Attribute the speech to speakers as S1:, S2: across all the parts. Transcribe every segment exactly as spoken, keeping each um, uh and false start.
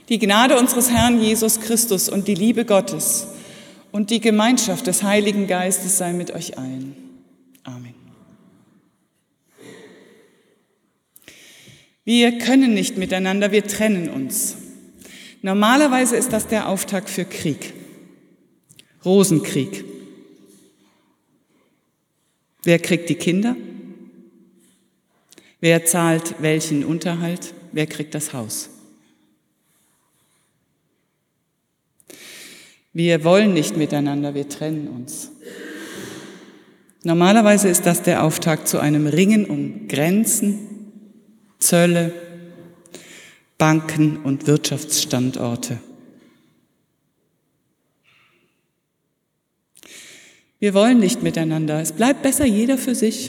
S1: Die Gnade unseres Herrn Jesus Christus und die Liebe Gottes und die Gemeinschaft des Heiligen Geistes sei mit euch allen. Amen. Wir können nicht miteinander, wir trennen uns. Normalerweise ist das der Auftakt für Krieg. Rosenkrieg. Wer kriegt die Kinder? Wer zahlt welchen Unterhalt? Wer kriegt das Haus? Wir wollen nicht miteinander, wir trennen uns. Normalerweise ist das der Auftakt zu einem Ringen um Grenzen, Zölle, Banken und Wirtschaftsstandorte. Wir wollen nicht miteinander, es bleibt besser jeder für sich.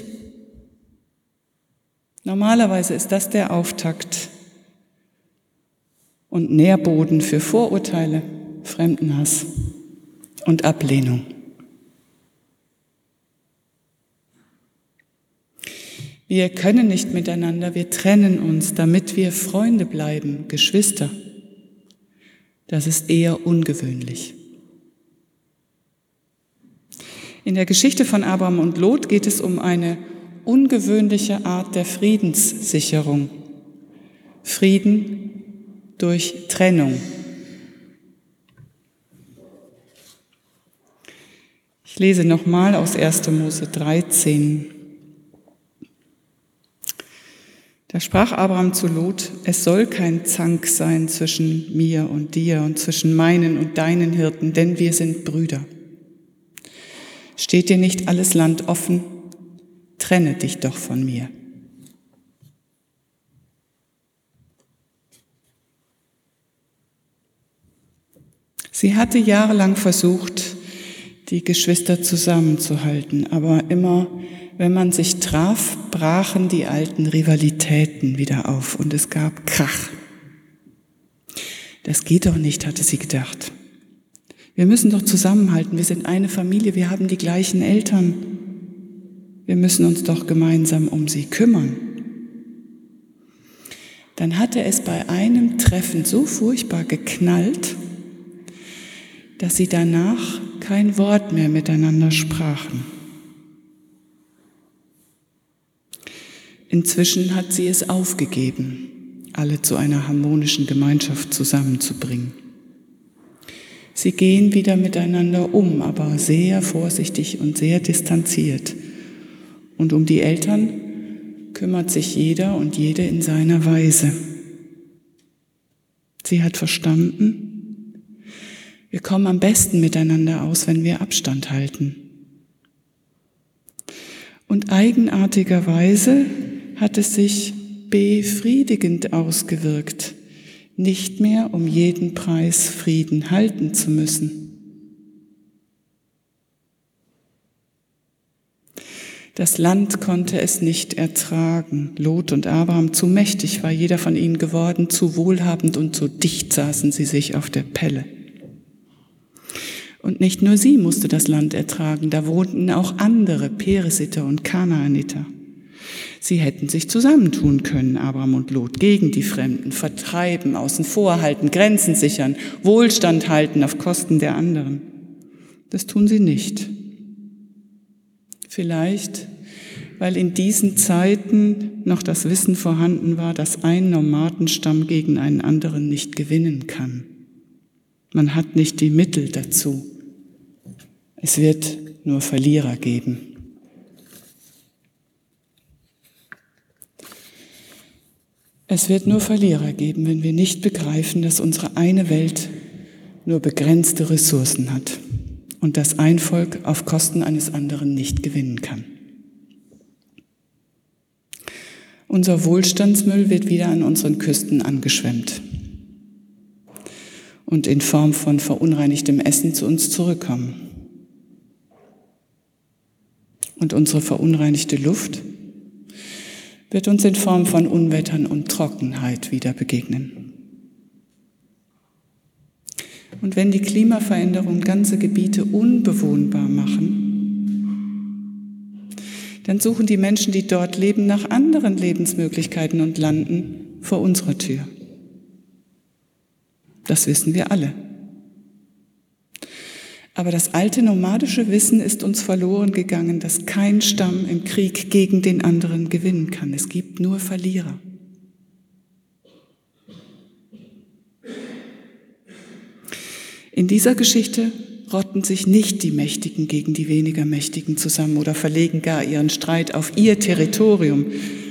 S1: Normalerweise ist das der Auftakt und Nährboden für Vorurteile, Fremdenhass und Ablehnung. Wir können nicht miteinander, wir trennen uns, damit wir Freunde bleiben, Geschwister. Das ist eher ungewöhnlich. In der Geschichte von Abraham und Lot geht es um eine ungewöhnliche Art der Friedenssicherung. Frieden durch Trennung. Ich lese nochmal aus erster Mose dreizehn. Da sprach Abraham zu Lot: Es soll kein Zank sein zwischen mir und dir und zwischen meinen und deinen Hirten, denn wir sind Brüder. Steht dir nicht alles Land offen? Trenne dich doch von mir. Sie hatte jahrelang versucht, die Geschwister zusammenzuhalten, aber immer, wenn man sich traf, brachen die alten Rivalitäten wieder auf und es gab Krach. Das geht doch nicht, hatte sie gedacht. Wir müssen doch zusammenhalten, wir sind eine Familie, wir haben die gleichen Eltern. Wir müssen uns doch gemeinsam um sie kümmern. Dann hatte es bei einem Treffen so furchtbar geknallt, dass sie danach kein Wort mehr miteinander sprachen. Inzwischen hat sie es aufgegeben, alle zu einer harmonischen Gemeinschaft zusammenzubringen. Sie gehen wieder miteinander um, aber sehr vorsichtig und sehr distanziert. Und um die Eltern kümmert sich jeder und jede in seiner Weise. Sie hat verstanden, wir kommen am besten miteinander aus, wenn wir Abstand halten. Und eigenartigerweise hat es sich befriedigend ausgewirkt, nicht mehr um jeden Preis Frieden halten zu müssen. Das Land konnte es nicht ertragen. Lot und Abraham, zu mächtig war jeder von ihnen geworden, zu wohlhabend und zu dicht saßen sie sich auf der Pelle. Und nicht nur sie musste das Land ertragen, da wohnten auch andere, Peresiter und Kanaaniter. Sie hätten sich zusammentun können, Abraham und Lot, gegen die Fremden, vertreiben, außen vor halten, Grenzen sichern, Wohlstand halten auf Kosten der anderen. Das tun sie nicht. Vielleicht, weil in diesen Zeiten noch das Wissen vorhanden war, dass ein Nomadenstamm gegen einen anderen nicht gewinnen kann. Man hat nicht die Mittel dazu. Es wird nur Verlierer geben. Es wird nur Verlierer geben, wenn wir nicht begreifen, dass unsere eine Welt nur begrenzte Ressourcen hat und dass ein Volk auf Kosten eines anderen nicht gewinnen kann. Unser Wohlstandsmüll wird wieder an unseren Küsten angeschwemmt und in Form von verunreinigtem Essen zu uns zurückkommen. Und unsere verunreinigte Luft wird uns in Form von Unwettern und Trockenheit wieder begegnen. Und wenn die Klimaveränderungen ganze Gebiete unbewohnbar machen, dann suchen die Menschen, die dort leben, nach anderen Lebensmöglichkeiten und landen vor unserer Tür. Das wissen wir alle. Aber das alte nomadische Wissen ist uns verloren gegangen, dass kein Stamm im Krieg gegen den anderen gewinnen kann. Es gibt nur Verlierer. In dieser Geschichte rotten sich nicht die Mächtigen gegen die weniger Mächtigen zusammen oder verlegen gar ihren Streit auf ihr Territorium,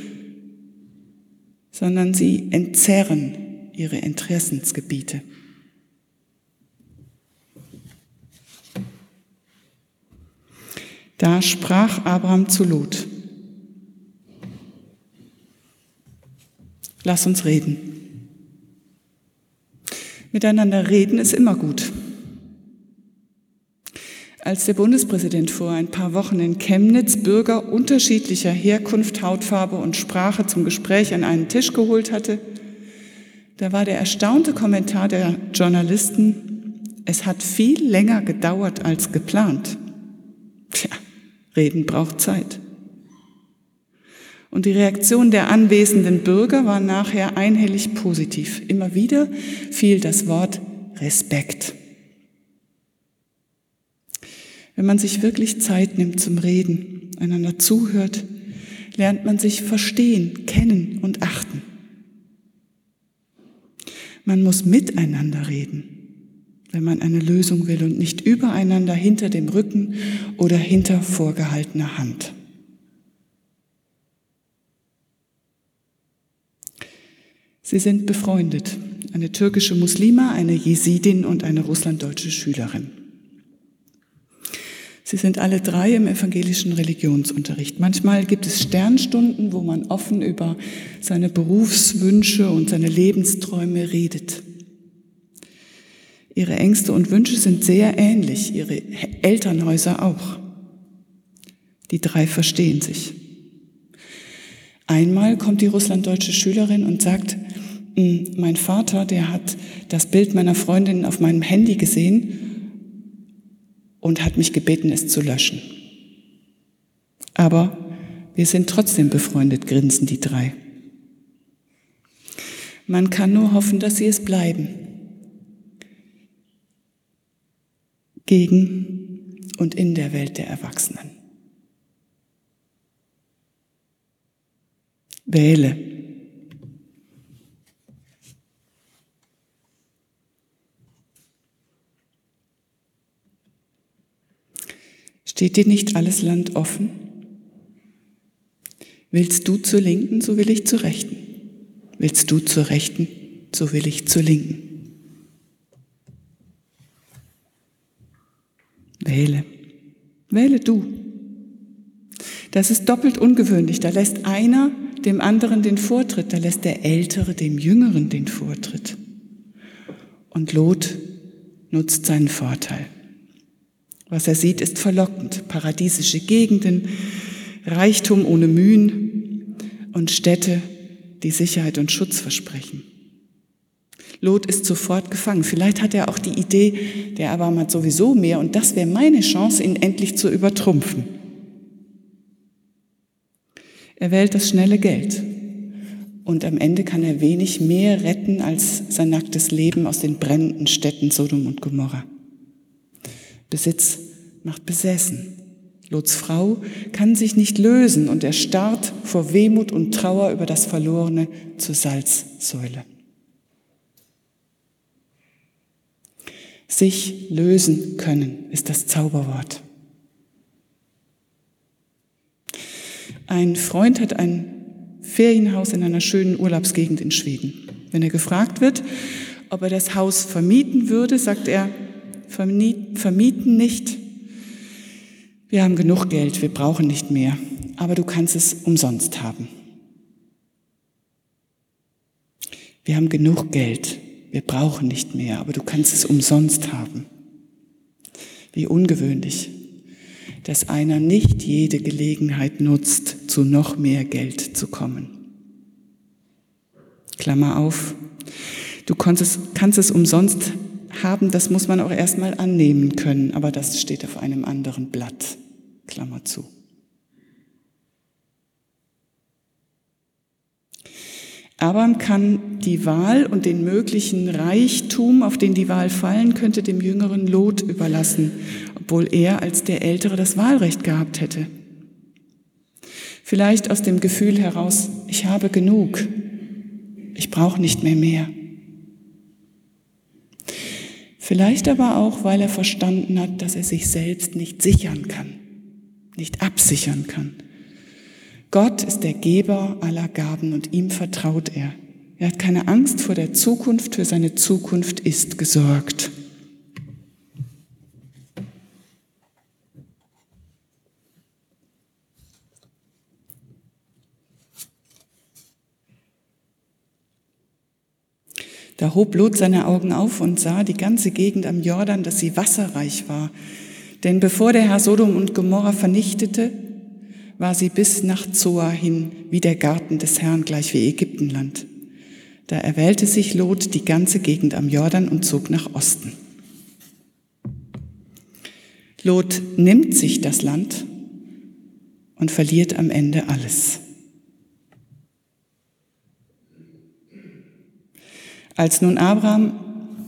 S1: sondern sie entzerren ihre Interessensgebiete. Da sprach Abraham zu Lot: Lass uns reden. Miteinander reden ist immer gut. Als der Bundespräsident vor ein paar Wochen in Chemnitz Bürger unterschiedlicher Herkunft, Hautfarbe und Sprache zum Gespräch an einen Tisch geholt hatte, da war der erstaunte Kommentar der Journalisten: Es hat viel länger gedauert als geplant. Tja, Reden braucht Zeit. Und die Reaktion der anwesenden Bürger war nachher einhellig positiv. Immer wieder fiel das Wort Respekt. Wenn man sich wirklich Zeit nimmt zum Reden, einander zuhört, lernt man sich verstehen, kennen und achten. Man muss miteinander reden, wenn man eine Lösung will und nicht übereinander hinter dem Rücken oder hinter vorgehaltener Hand. Sie sind befreundet, eine türkische Muslima, eine Jesidin und eine russlanddeutsche Schülerin. Sie sind alle drei im evangelischen Religionsunterricht. Manchmal gibt es Sternstunden, wo man offen über seine Berufswünsche und seine Lebensträume redet. Ihre Ängste und Wünsche sind sehr ähnlich, ihre Elternhäuser auch. Die drei verstehen sich. Einmal kommt die russlanddeutsche Schülerin und sagt: Mein Vater, der hat das Bild meiner Freundin auf meinem Handy gesehen und hat mich gebeten, es zu löschen. Aber wir sind trotzdem befreundet, grinsen die drei. Man kann nur hoffen, dass sie es bleiben. Gegen und in der Welt der Erwachsenen. Wähle. Steht dir nicht alles Land offen? Willst du zur Linken, so will ich zur Rechten. Willst du zur Rechten, so will ich zur Linken. Wähle. Wähle du. Das ist doppelt ungewöhnlich. Da lässt einer dem anderen den Vortritt, da lässt der Ältere dem Jüngeren den Vortritt. Und Lot nutzt seinen Vorteil. Was er sieht, ist verlockend. Paradiesische Gegenden, Reichtum ohne Mühen und Städte, die Sicherheit und Schutz versprechen. Lot ist sofort gefangen. Vielleicht hat er auch die Idee, der Abraham hat sowieso mehr und das wäre meine Chance, ihn endlich zu übertrumpfen. Er wählt das schnelle Geld und am Ende kann er wenig mehr retten als sein nacktes Leben aus den brennenden Städten Sodom und Gomorra. Besitz macht besessen. Lots Frau kann sich nicht lösen und er starrt vor Wehmut und Trauer über das Verlorene zur Salzsäule. Sich lösen können ist das Zauberwort. Ein Freund hat ein Ferienhaus in einer schönen Urlaubsgegend in Schweden. Wenn er gefragt wird, ob er das Haus vermieten würde, sagt er: Vermieten nicht. Wir haben genug Geld, wir brauchen nicht mehr, aber du kannst es umsonst haben. Wir haben genug Geld, wir brauchen nicht mehr, aber du kannst es umsonst haben. Wie ungewöhnlich, dass einer nicht jede Gelegenheit nutzt, zu noch mehr Geld zu kommen. Klammer auf, du kannst es, kannst es umsonst haben, das muss man auch erstmal annehmen können, aber das steht auf einem anderen Blatt. Klammer zu. Abraham kann die Wahl und den möglichen Reichtum, auf den die Wahl fallen könnte, dem jüngeren Lot überlassen, obwohl er als der Ältere das Wahlrecht gehabt hätte. Vielleicht aus dem Gefühl heraus, ich habe genug, ich brauche nicht mehr mehr. Vielleicht aber auch, weil er verstanden hat, dass er sich selbst nicht sichern kann, nicht absichern kann. Gott ist der Geber aller Gaben und ihm vertraut er. Er hat keine Angst vor der Zukunft, für seine Zukunft ist gesorgt. Da hob Lot seine Augen auf und sah die ganze Gegend am Jordan, dass sie wasserreich war. Denn bevor der Herr Sodom und Gomorra vernichtete, war sie bis nach Zoar hin wie der Garten des Herrn, gleich wie Ägyptenland. Da erwählte sich Lot die ganze Gegend am Jordan und zog nach Osten. Lot nimmt sich das Land und verliert am Ende alles. Als nun Abraham,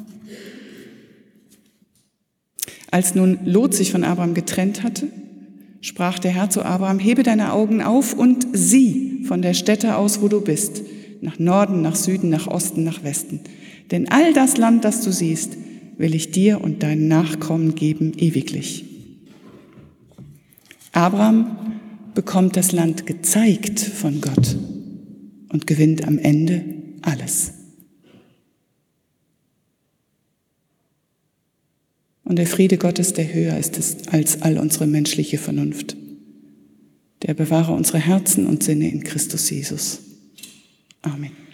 S1: als nun Lot sich von Abraham getrennt hatte, sprach der Herr zu Abraham: Hebe deine Augen auf und sieh von der Stätte aus, wo du bist, nach Norden, nach Süden, nach Osten, nach Westen. Denn all das Land, das du siehst, will ich dir und deinen Nachkommen geben, ewiglich. Abraham bekommt das Land gezeigt von Gott und gewinnt am Ende alles. Und der Friede Gottes, der höher ist als all unsere menschliche Vernunft, der bewahre unsere Herzen und Sinne in Christus Jesus. Amen.